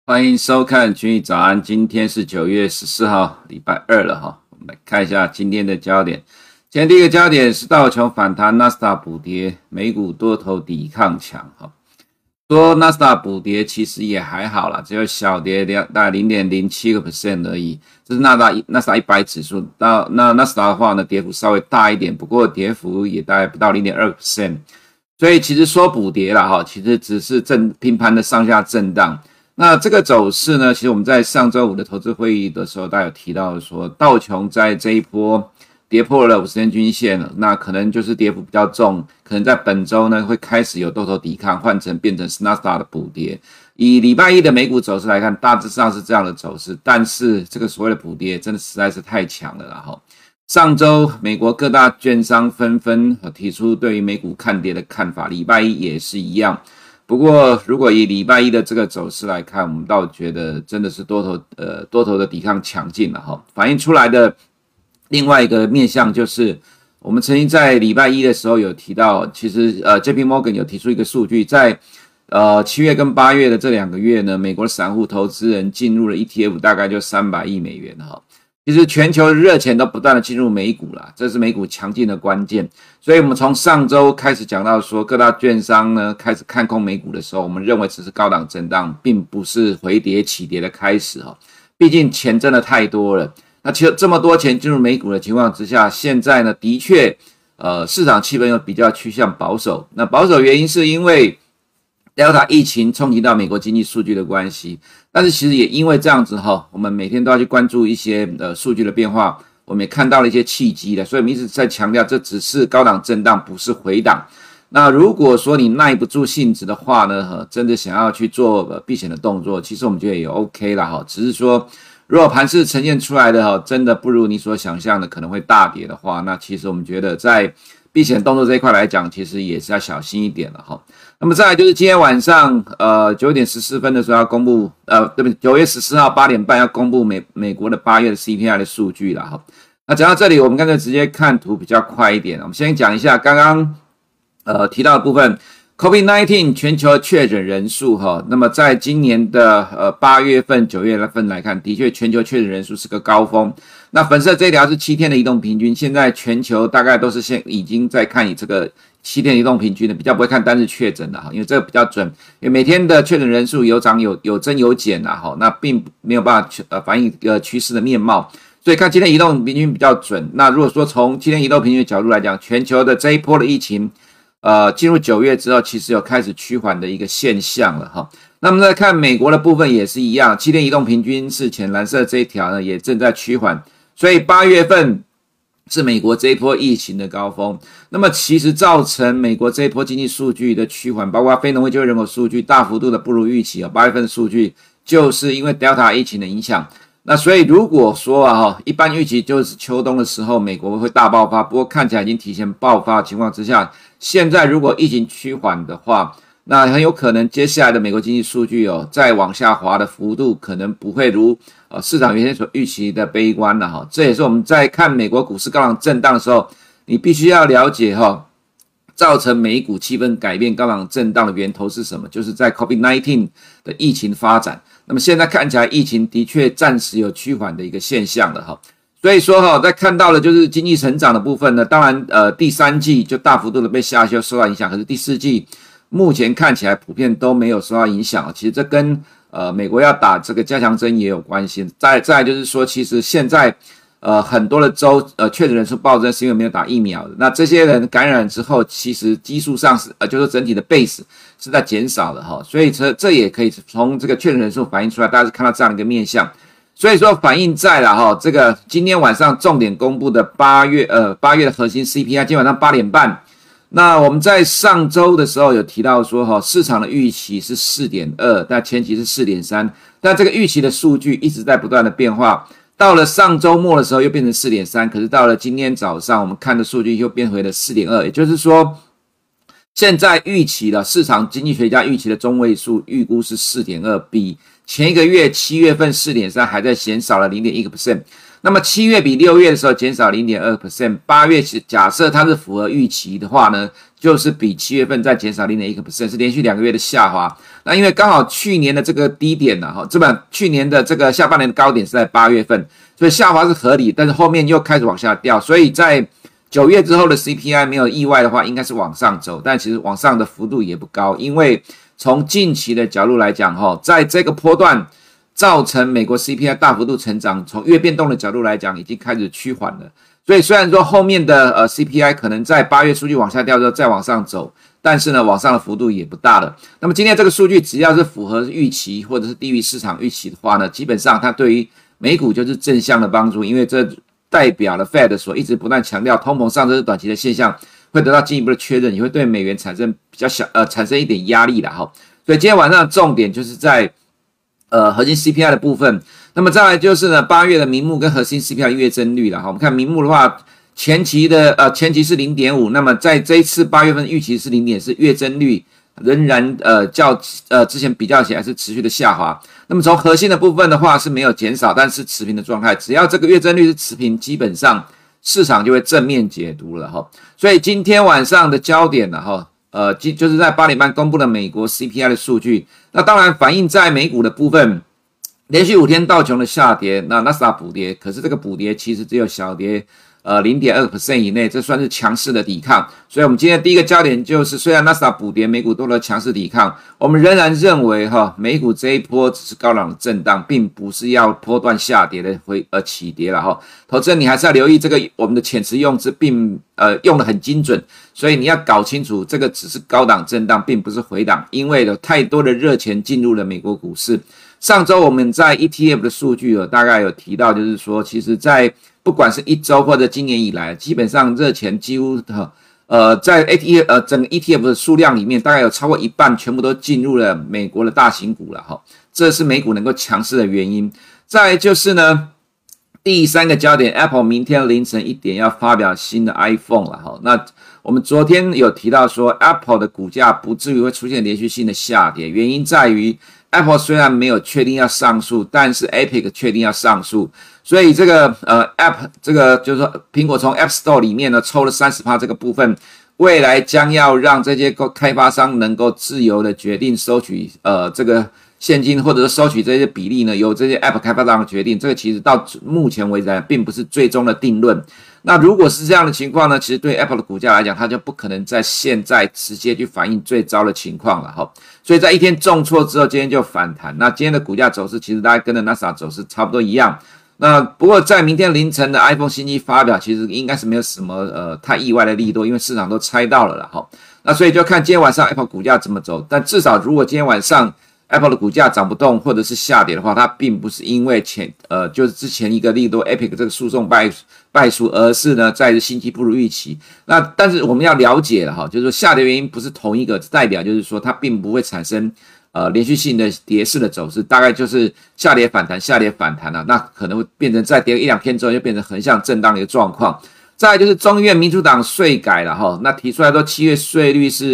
欢迎收看群益早安，今天是9月14号，礼拜二了哈。我们来看一下今天的焦点。今天第一个焦点是道琼反弹，纳斯达补跌，美股多头抵抗强哈。说纳斯达补跌其实也还好啦，只有小跌大概 0.07% 而已。这是纳斯达100指数，那纳斯达的话呢，跌幅稍微大一点，不过跌幅也大概不到 0.2%。所以其实说补跌啦哈，其实只是平盘的上下震荡。那这个走势呢，其实我们在上周五的投资会议的时候，大家有提到说，道琼在这一波跌破了50天均线了，那可能就是跌幅比较重，可能在本周呢会开始有多头抵抗，变成是纳斯达的补跌。以礼拜一的美股走势来看，大致上是这样的走势，但是这个所谓的补跌真的实在是太强了啦齁。上周美国各大券商纷纷提出对于美股看跌的看法，礼拜一也是一样。不过如果以礼拜一的这个走势来看，我们倒觉得真的是多头的抵抗强劲了齁。反映出来的另外一个面向就是我们曾经在礼拜一的时候有提到，其实JP Morgan 有提出一个数据，在7月跟8月的这2个月呢，美国的散户投资人进入了 ETF 大概就300亿美元齁。其实全球的热钱都不断的进入美股啦，这是美股强劲的关键。所以我们从上周开始讲到说，各大券商呢开始看空美股的时候，我们认为只是高档震荡，并不是回跌起跌的开始齁。毕竟钱真的太多了。那其实这么多钱进入美股的情况之下，现在呢的确市场气氛又比较趋向保守。那保守原因是因为 Delta 疫情冲击到美国经济数据的关系，但是其实也因为这样子齁，我们每天都要去关注一些数据的变化，我们也看到了一些契机的，所以我们一直在强调这只是高档震荡，不是回档。那如果说你耐不住性子的话呢，真的想要去做避险的动作，其实我们觉得也 OK 啦齁，只是说如果盘势呈现出来的真的不如你所想象的可能会大跌的话，那其实我们觉得在避险动作这一块来讲，其实也是要小心一点了齁。那么再来就是今天晚上9点14分的时候要公布对不起，9月14号8点半要公布美国的8月的 CPI 的数据啦齁。那讲到这里，我们干脆直接看图比较快一点。我们先讲一下刚刚提到的部分。COVID-19 全球确诊人数齁，那么在今年的8月份、9月份来看，的确全球确诊人数是个高峰。那粉色这一条是7天的移动平均，现在全球大概都是已经在看你这个7天移动平均的，比较不会看单日确诊的，因为这个比较准，因为每天的确诊人数有涨有增有减齁，那并没有办法反映趋势的面貌，所以看7天移动平均比较准。那如果说从7天移动平均的角度来讲，全球的这一波的疫情进入9月之后，其实有开始趋缓的一个现象了齁。那么再看美国的部分也是一样，7天移动平均是浅蓝色这一条呢，也正在趋缓，所以8月份是美国这一波疫情的高峰。那么其实造成美国这一波经济数据的趋缓，包括非农业就业人口数据大幅度的不如预期8月份的数据，就是因为 Delta 疫情的影响。那所以如果说一般预期就是秋冬的时候美国会大爆发，不过看起来已经提前爆发的情况之下，现在如果疫情趋缓的话，那很有可能接下来的美国经济数据再往下滑的幅度可能不会如市场原先所预期的悲观了齁。这也是我们在看美国股市高档震荡的时候，你必须要了解造成美股气氛改变高档震荡的源头是什么，就是在 COVID-19 的疫情发展。那么现在看起来疫情的确暂时有趋缓的一个现象了齁。所以说在看到的就是经济成长的部分呢，当然第3季就大幅度的被下修受到影响，可是第4季目前看起来普遍都没有受到影响。其实这跟美国要打这个加强针也有关系。再来就是说，其实现在很多的州确诊人数暴增是因为没有打疫苗的。那这些人感染之后，其实基数上是就是整体的 base 是在减少的齁。所以这也可以从这个确诊人数反映出来，大家是看到这样的一个面向。所以说反映在了齁，这个今天晚上重点公布的8月的核心 CPI， 今天晚上8点半。那我们在上周的时候有提到说市场的预期是 4.2， 但前期是 4.3， 但这个预期的数据一直在不断的变化，到了上周末的时候又变成 4.3， 可是到了今天早上我们看的数据又变回了 4.2， 也就是说现在预期的市场经济学家预期的中位数预估是 4.2， 比前一个月7月份 4.3 还在减少了 0.1%。那么7月比6月的时候减少 0.2%， 8月假设它是符合预期的话呢就是比7月份再减少 0.1%， 是连续2个月的下滑。那因为刚好去年的这个低点呢，去年的这个下半年的高点是在8月份，所以下滑是合理，但是后面又开始往下掉，所以在9月之后的 CPI 没有意外的话，应该是往上走，但其实往上的幅度也不高，因为从近期的角度来讲，在这个波段造成美国 CPI 大幅度成长，从月变动的角度来讲，已经开始趋缓了。所以虽然说后面的CPI 可能在8月数据往下掉之后再往上走，但是呢，往上的幅度也不大了。那么今天这个数据只要是符合预期或者是低于市场预期的话呢，基本上它对于美股就是正向的帮助，因为这代表了 Fed 所一直不断强调通膨上升是短期的现象，会得到进一步的确认，也会对美元产生产生一点压力啦齁。所以今天晚上的重点就是在核心 CPI 的部分。那么再来就是呢8月的名目跟核心 CPI 的月增率啦齁。我们看名目的话，前期是 0.5， 那么在这一次8月份预期是 0.4， 月增率仍然较之前比较起来是持续的下滑。那么从核心的部分的话是没有减少，但是持平的状态。只要这个月增率是持平，基本上市场就会正面解读了齁。所以今天晚上的焦点齁，就是在8点半公布的美国 CPI 的数据。那当然反映在美股的部分，连续5天道琼的下跌，那纳斯达克补跌，可是这个补跌其实只有小跌0.2% 以内，这算是强势的抵抗。所以我们今天第一个焦点就是，虽然纳斯达克补跌，美股多了强势抵抗，我们仍然认为美股这一波只是高档的震荡，并不是要波段下跌的起跌了齁。投资人你还是要留意这个我们的遣词用字并用得很精准，所以你要搞清楚这个只是高档震荡，并不是回档，因为有太多的热钱进入了美国股市。上周我们在 ETF 的数据大概有提到，就是说其实在不管是1周或者今年以来，基本上热钱几乎在整个 ETF 的数量里面，大概有超过一半全部都进入了美国的大型股了齁。这是美股能够强势的原因。再来就是呢，第3个焦点 ，Apple 明天凌晨1点要发表新的 iPhone 了齁。那我们昨天有提到说 ，Apple 的股价不至于会出现连续性的下跌，原因在于 Apple 虽然没有确定要上诉，但是 Epic 确定要上诉，所以这个App 这个就是说苹果从 App Store 里面呢抽了 30% 这个部分，未来将要让这些开发商能够自由的决定收取这个现金或者是收取这些比例呢，由这些 App 开发商决定。这个其实到目前为止并不是最终的定论。那如果是这样的情况呢，其实对 Apple 的股价来讲，它就不可能在现在直接去反映最糟的情况了齁。所以在一天重挫之后，今天就反弹。那今天的股价走势其实大概跟着 NASA 走势差不多一样。那不过在明天凌晨的 iPhone 新机发表，其实应该是没有什么太意外的利多，因为市场都猜到了啦齁。那所以就看今天晚上 Apple 股价怎么走。但至少如果今天晚上Apple 的股价涨不动或者是下跌的话，它并不是因为就是之前一个利多 Epic 这个诉讼败诉，而是呢在新机不如预期。那但是我们要了解了齁，就是说下跌原因不是同一个，代表就是说它并不会产生连续性的跌势的走势，大概就是下跌反弹啊，那可能会变成再跌1-2天之后就变成横向震荡的一个状况。再来就是众议院民主党税改了齁，那提出来说7月税率是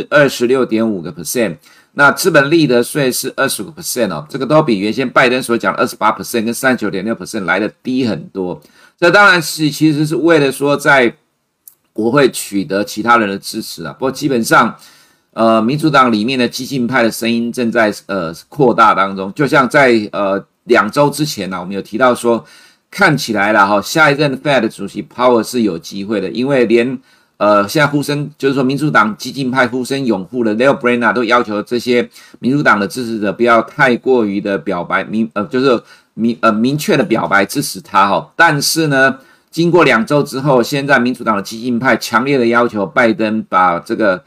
26.5%。那资本利得税是 25% 这个都比原先拜登所讲的 28% 跟 39.6% 来的低很多。这当然是其实是为了说在国会取得其他人的支持啊。不过基本上民主党里面的激进派的声音正在扩大当中。就像在2周之前我们有提到说，看起来啦下一任 Fed 主席 Powell 是有机会的，因为连现在呼声就是说，民主党激进派呼声拥护的 Leo Brenner 都要求这些民主党的支持者不要太过于的表白就是明确的表白支持他齁。但是呢，经过2周之后，现在民主党的激进派强烈的要求拜登把这个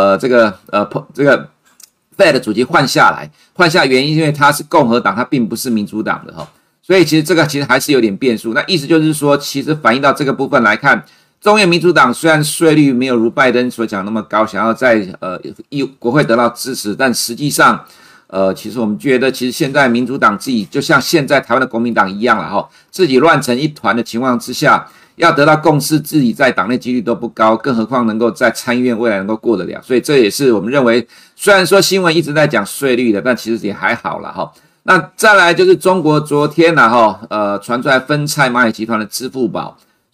Fed 主席换下原因，因为他是共和党，他并不是民主党的齁。所以其实这个其实还是有点变数。那意思就是说，其实反映到这个部分来看，众议院民主党虽然税率没有如拜登所讲那么高，想要在国会得到支持，但实际上其实我们觉得其实现在民主党自己就像现在台湾的国民党一样了齁，自己乱成一团的情况之下，要得到共识，自己在党内几率都不高，更何况能够在参议院未来能够过得了。所以这也是我们认为，虽然说新闻一直在讲税率的，但其实也还好啦齁。那再来就是中国昨天传出来分拆蚂蚁集团的支付宝。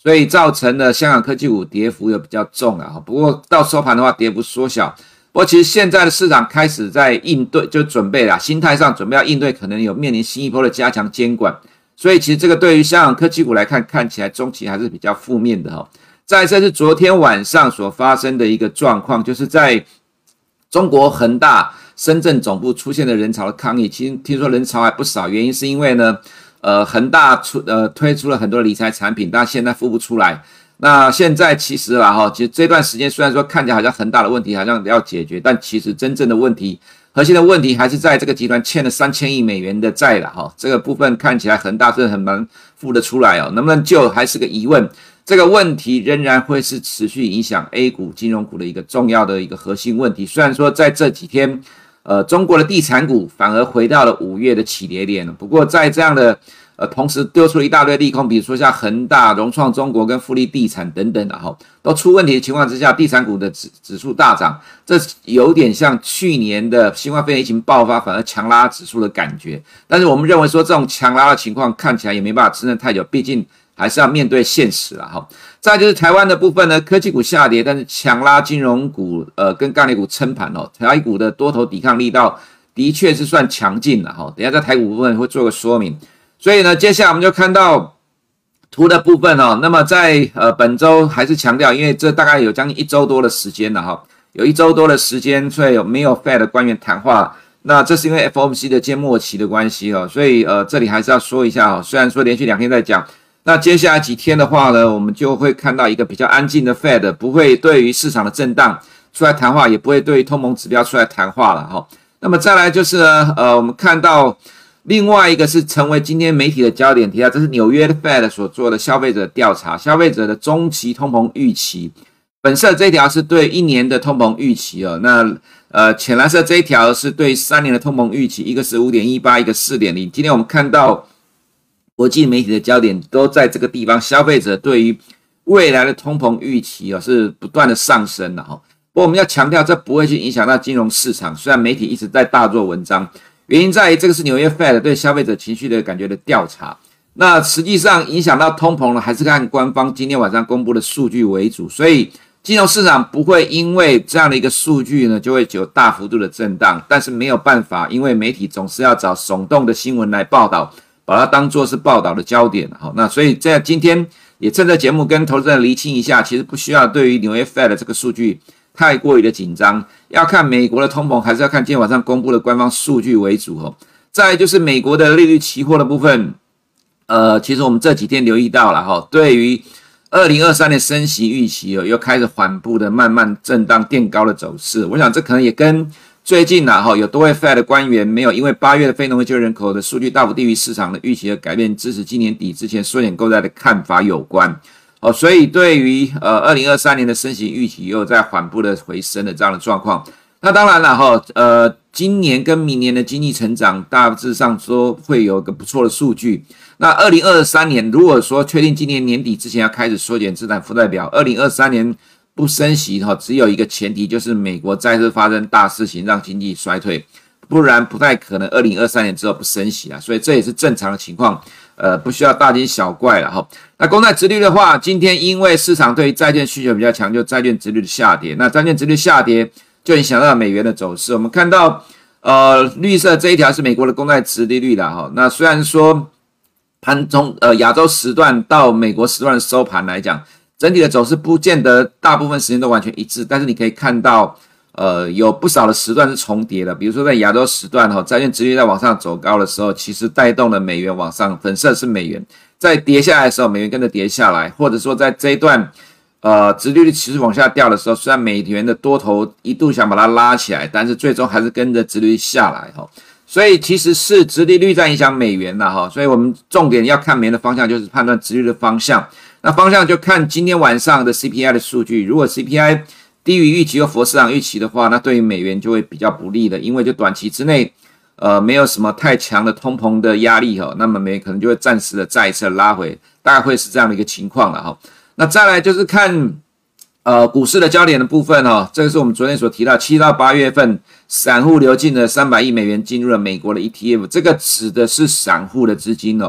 所以造成了香港科技股跌幅又比较重了。不过到收盘的话，跌幅缩小。不过其实现在的市场开始在应对，就准备啦，心态上准备要应对可能有面临新一波的加强监管。所以其实这个对于香港科技股来看，看起来中期还是比较负面的哈。再来，这是昨天晚上所发生的一个状况，就是在中国恒大深圳总部出现了人潮的抗议。其实听说人潮还不少，原因是因为呢，恒大推出了很多理财产品，但现在付不出来。那现在其实啦哈，其实这段时间虽然说看起来好像恒大的问题好像要解决，但其实真正的问题，核心的问题还是在这个集团欠了3000亿美元的债啦哈。这个部分看起来恒大是很难付得出来哦，能不能救还是个疑问。这个问题仍然会是持续影响 A 股金融股的一个重要的一个核心问题。虽然说在这几天，中国的地产股反而回到了5月的起跌点了，不过在这样的同时丢出了一大堆利空，比如说像恒大、融创中国跟富力地产等等的哈，都出问题的情况之下，地产股的指数大涨，这有点像去年的新冠肺炎疫情爆发反而强拉指数的感觉。但是我们认为说这种强拉的情况看起来也没办法支撑太久，毕竟还是要面对现实啦哈。再来就是台湾的部分呢，科技股下跌，但是强拉金融股跟钢铁股撑盘哦，台股的多头抵抗力道的确是算强劲了哈。等一下在台股部分会做个说明。所以呢，接下来我们就看到图的部分哦。那么在本周还是强调，因为这大概有将近1周多的时间了哈，有1周多的时间，所以没有 Fed 的官员谈话。那这是因为 FOMC 的届末期的关系哦，所以这里还是要说一下哦。虽然说连续2天在讲，那接下来几天的话呢，我们就会看到一个比较安静的 Fed， 不会对于市场的震荡出来谈话，也不会对于通膨指标出来谈话了哈。那么再来就是呢，我们看到。另外一个是成为今天媒体的焦点提到，这是纽约的 Fed 所做的消费者调查，消费者的中期通膨预期。本色这一条是对1年的通膨预期哦，那浅蓝色这一条是对3年的通膨预期，一个是 5.18， 一个 4.0。今天我们看到国际媒体的焦点都在这个地方，消费者对于未来的通膨预期哦是不断的上升的哈。不过我们要强调，这不会去影响到金融市场，虽然媒体一直在大做文章。原因在于这个是纽约 Fed 对消费者情绪的感觉的调查，那实际上影响到通膨呢，还是看官方今天晚上公布的数据为主，所以金融市场不会因为这样的一个数据呢，就会有大幅度的震荡，但是没有办法，因为媒体总是要找耸动的新闻来报道，把它当作是报道的焦点。好，那所以在今天也趁着节目跟投资人厘清一下，其实不需要对于纽约 Fed 这个数据太过于的紧张，要看美国的通膨，还是要看今天晚上公布的官方数据为主哦。再来就是美国的利率期货的部分，其实我们这几天留意到了哈，对于2023年升息预期又开始缓步的慢慢震荡垫高的走势。我想这可能也跟最近有多位 Fed 的官员没有因为8月的非农业就业人口的数据大幅低于市场的预期而改变支持今年底之前缩减购债的看法有关。所以对于2023年的升息预期又在缓步的回升的这样的状况。那当然了今年跟明年的经济成长大致上说会有一个不错的数据。那2023年如果说确定今年年底之前要开始缩减资产负债表，2023年不升息只有一个前提，就是美国再次发生大事情让经济衰退，不然不太可能2023年之后不升息啦，所以这也是正常的情况，不需要大惊小怪了哈。那公债殖利率的话，今天因为市场对于债券需求比较强，就债券殖利率下跌。那债券殖利率下跌，就影响到美元的走势。我们看到，绿色这一条是美国的公债殖利率啦哈。那虽然说盘中亚洲时段到美国时段的收盘来讲，整体的走势不见得大部分时间都完全一致，但是你可以看到。有不少的时段是重叠的，比如说在亚洲时段债券殖利率在往上走高的时候，其实带动了美元往上，粉色是美元，在跌下来的时候，美元跟着跌下来，或者说在这一段殖利率持续往下掉的时候，虽然美元的多头一度想把它拉起来，但是最终还是跟着殖利率下来所以其实是殖利率在影响美元啦所以我们重点要看美元的方向，就是判断殖利率的方向。那方向就看今天晚上的 CPI 的数据，如果 CPI低于预期又符合市场预期的话，那对于美元就会比较不利的，因为就短期之内没有什么太强的通膨的压力那么美元可能就会暂时的再一次拉回，大概会是这样的一个情况了那再来就是看股市的焦点的部分这个是我们昨天所提到7到8月份散户流进了300亿美元进入了美国的 ETF， 这个指的是散户的资金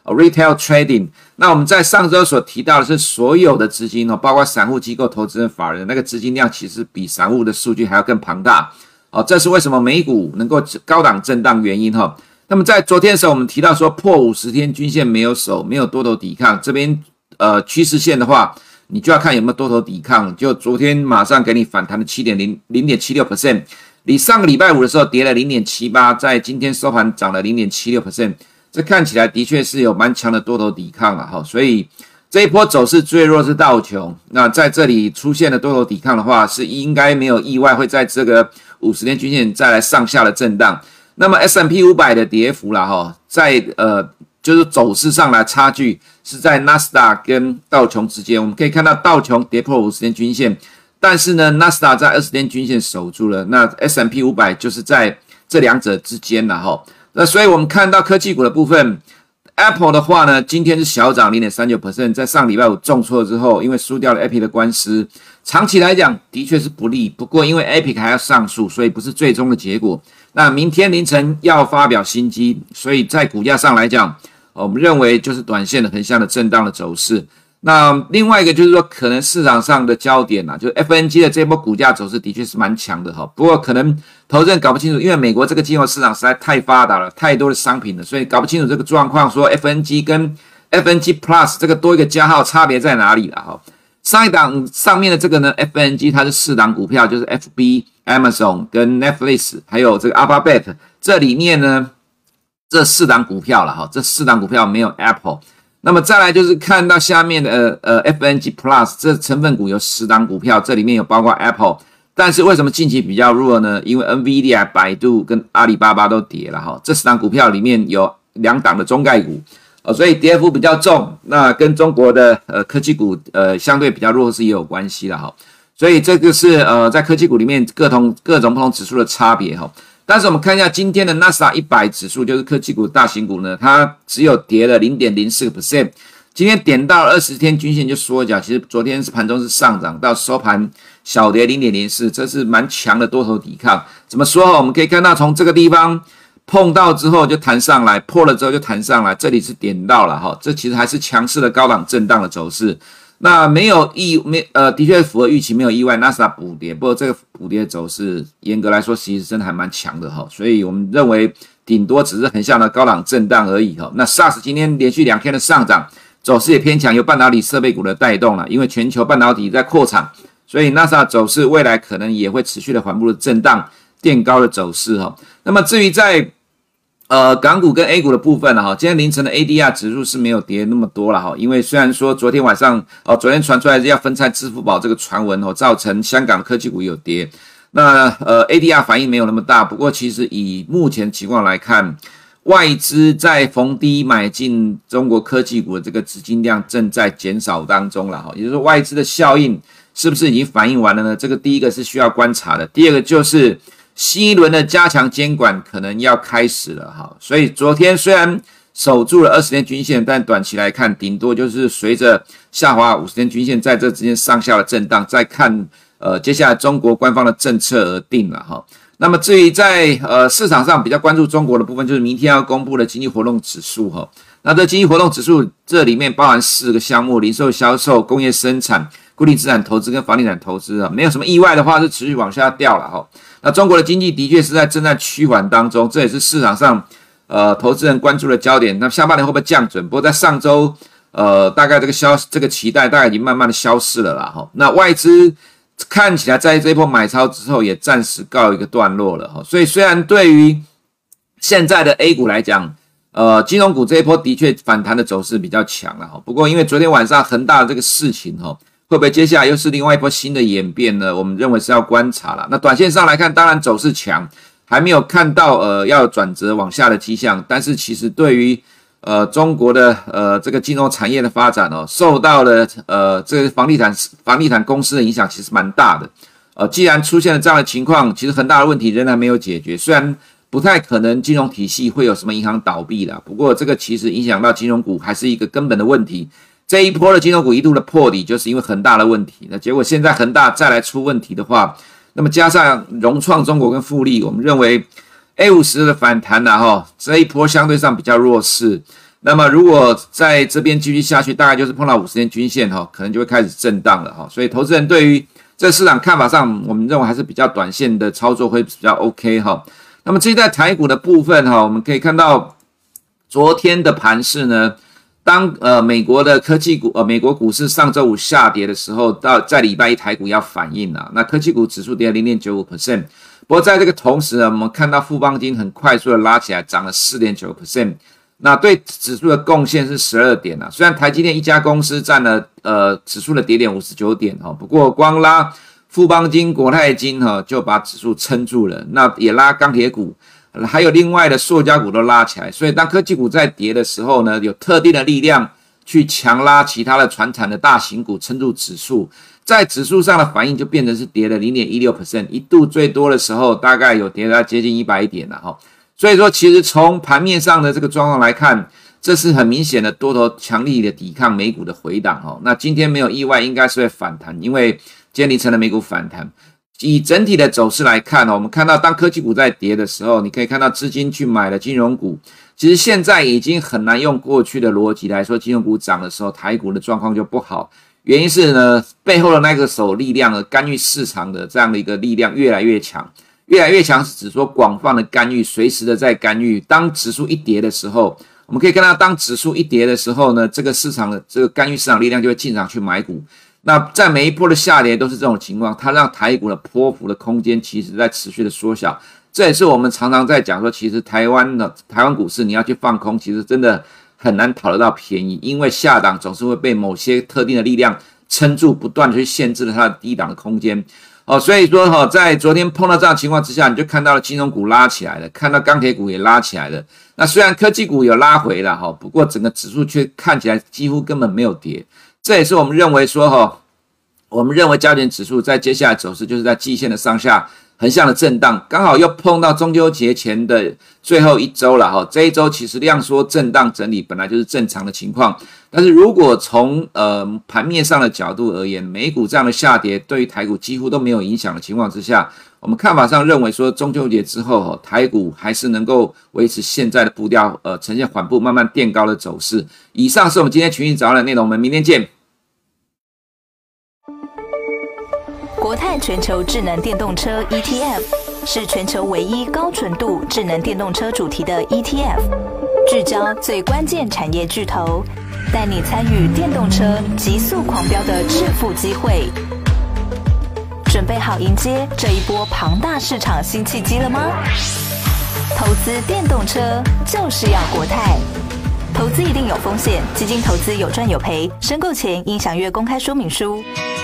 retail trading。那我们在上周所提到的是所有的资金包括散户机构、投资人、法人，那个资金量其实比散户的数据还要更庞大。这是为什么美股能够高档震荡原因。那么在昨天的时候，我们提到说破50天均线没有守，没有多头抵抗，这边趋势线的话，你就要看有没有多头抵抗。就昨天马上给你反弹的 0.76%， 你上个礼拜五的时候跌了 0.78%， 在今天收盘涨了 0.76%， 这看起来的确是有蛮强的多头抵抗了。所以这一波走势最弱是道琼，那在这里出现了多头抵抗的话，是应该没有意外会在这个50天均线再来上下的震荡。那么 S&P 500的跌幅啦在就是走势上来差距是在 Nasdaq 跟道琼之间。我们可以看到道琼跌破50天均线，但是呢 Nasdaq 在20天均线守住了，那 S&P 500就是在这两者之间啦那所以我们看到科技股的部分， Apple 的话呢，今天是小涨 0.39%， 在上礼拜五重挫之后，因为输掉了 Epic 的官司，长期来讲的确是不利，不过因为 Epic 还要上诉，所以不是最终的结果。那明天凌晨要发表新机，所以在股价上来讲，我们认为就是短线的横向的震荡的走势。那另外一个就是说，可能市场上的焦点就是 FNG 的这波股价走势的确是蛮强的不过可能投资人搞不清楚，因为美国这个金融市场实在太发达了，太多的商品了，所以搞不清楚这个状况，说 FNG 跟 FNG Plus 这个多一个加号差别在哪里啦上一档上面的这个呢 FNG 它是4档股票，就是 FB、Amazon 跟 Netflix 还有这个 Alphabet， 这里面呢这4档股票啦这4档股票没有 Apple。那么再来就是看到下面的FNG Plus 这成分股有10档股票，这里面有包括 Apple， 但是为什么近期比较弱呢？因为 NVIDIA、百度跟阿里巴巴都跌了这10档股票里面有2档的中概股所以跌幅比较重，那跟中国的科技股相对比较弱势也有关系啦所以这个是在科技股里面各种不同指数的差别但是我们看一下今天的 Nasdaq 100指数，就是科技股大型股呢，它只有跌了 0.04%， 今天点到了20天均线就缩脚，其实昨天是盘中是上涨，到收盘小跌 0.04%， 这是蛮强的多头抵抗。怎么说我们可以看到从这个地方碰到之后就弹上来，破了之后就弹上来，这里是点到了这其实还是强势的高档震荡的走势。那的确符合预期，没有意外 ，Nasdaq 补跌，不过这个补跌走势严格来说其实真的还蛮强的所以我们认为顶多只是横向的高档震荡而已那 SARS 今天连续2天的上涨，走势也偏强，由半导体设备股的带动了，因为全球半导体在扩产，所以 Nasdaq 走势未来可能也会持续的缓步的震荡垫高的走势那么至于在港股跟 A 股的部分今天凌晨的 ADR 指数是没有跌那么多了因为虽然说昨天晚上昨天传出来是要分拆支付宝这个传闻造成香港的科技股有跌，那ADR 反应没有那么大，不过其实以目前情况来看，外资在逢低买进中国科技股的这个资金量正在减少当中了也就是说外资的效应是不是已经反映完了呢？这个第一个是需要观察的，第二个就是新一轮的加强监管可能要开始了所以昨天虽然守住了20天均线，但短期来看顶多就是随着下滑50天均线在这之间上下的震荡，再看接下来中国官方的政策而定了那么至于在市场上比较关注中国的部分，就是明天要公布的经济活动指数那这经济活动指数这里面包含4个项目：零售销售、工业生产、固定资产投资跟房地产投资没有什么意外的话是持续往下掉了那中国的经济的确是正在趋缓当中，这也是市场上投资人关注的焦点。那下半年会不会降准？不过在上周大概这个期待大概已经慢慢的消失了啦那外资看起来在这一波买超之后也暂时告一个段落了所以虽然对于现在的 A 股来讲金融股这一波的确反弹的走势比较强了不过因为昨天晚上恒大的这个事情会不会接下来又是另外一波新的演变呢？我们认为是要观察啦。那短线上来看，当然走势强，还没有看到要转折往下的迹象，但是其实对于中国的这个金融产业的发展受到了这个房地产公司的影响其实蛮大的。既然出现了这样的情况，其实很大的问题仍然没有解决，虽然不太可能金融体系会有什么银行倒闭啦，不过这个其实影响到金融股还是一个根本的问题。这一波的金融股一度的破底，就是因为恒大的问题。那结果现在恒大再来出问题的话，那么加上融创中国跟富力，我们认为 A50 的反弹这一波相对上比较弱势。 那么如果在这边继续下去，大概就是碰到50天均线可能就会开始震荡了所以投资人对于这市场看法上，我们认为还是比较短线的操作会比较 OK 那么至于在台股的部分我们可以看到昨天的盘势呢，当美国的科技股美国股市上周五下跌的时候，在礼拜一台股要反应那科技股指数跌了 0.95%， 不过在这个同时呢，我们看到富邦金很快速的拉起来，涨了 4.9%， 那对指数的贡献是12点虽然台积电一家公司占了指数的跌点59点不过光拉富邦金、国泰金就把指数撑住了，那也拉钢铁股还有另外的塑胶股都拉起来，所以当科技股在跌的时候呢，有特定的力量去强拉其他的传产的大型股撑住指数，在指数上的反应就变成是跌了 0.16%， 一度最多的时候大概有跌到接近100点了所以说其实从盘面上的这个状况来看，这是很明显的多头强力的抵抗美股的回档那今天没有意外应该是会反弹，因为今天凌晨的美股反弹。以整体的走势来看我们看到当科技股在跌的时候，你可以看到资金去买了金融股，其实现在已经很难用过去的逻辑来说金融股涨的时候台股的状况就不好，原因是呢背后的那个手力量的干预市场的这样的一个力量越来越强，越来越强是指说广泛的干预，随时的在干预。当指数一跌的时候，我们可以看到当指数一跌的时候呢，这个市场的这个干预市场力量就会进场去买股，那在每一波的下跌都是这种情况，它让台股的波幅的空间其实在持续的缩小，这也是我们常常在讲说，其实台湾股市你要去放空，其实真的很难讨得到便宜，因为下档总是会被某些特定的力量撑住，不断的去限制了它的低档的空间所以说在昨天碰到这样的情况之下，你就看到了金融股拉起来了，看到钢铁股也拉起来了，那虽然科技股有拉回了不过整个指数却看起来几乎根本没有跌，这也是我们认为说我们认为加权指数在接下来走势就是在季线的上下横向的震荡，刚好又碰到中秋节前的最后一周了这一周其实量缩震荡整理本来就是正常的情况，但是如果从盘面上的角度而言，美股这样的下跌对于台股几乎都没有影响的情况之下，我们看法上认为说中秋节之后台股还是能够维持现在的步调呈现缓步慢慢垫高的走势。以上是我们今天群益早安的内容，我们明天见。 国泰全球智能电动车 ETF 是全球唯一高纯度智能电动车主题的 ETF， 聚焦最关键产业巨头，带你参与电动车急速狂飙的致富机会。准备好迎接这一波庞大市场新契机了吗？投资电动车就是要国泰。投资一定有风险，基金投资有赚有赔，申购前应详阅公开说明书。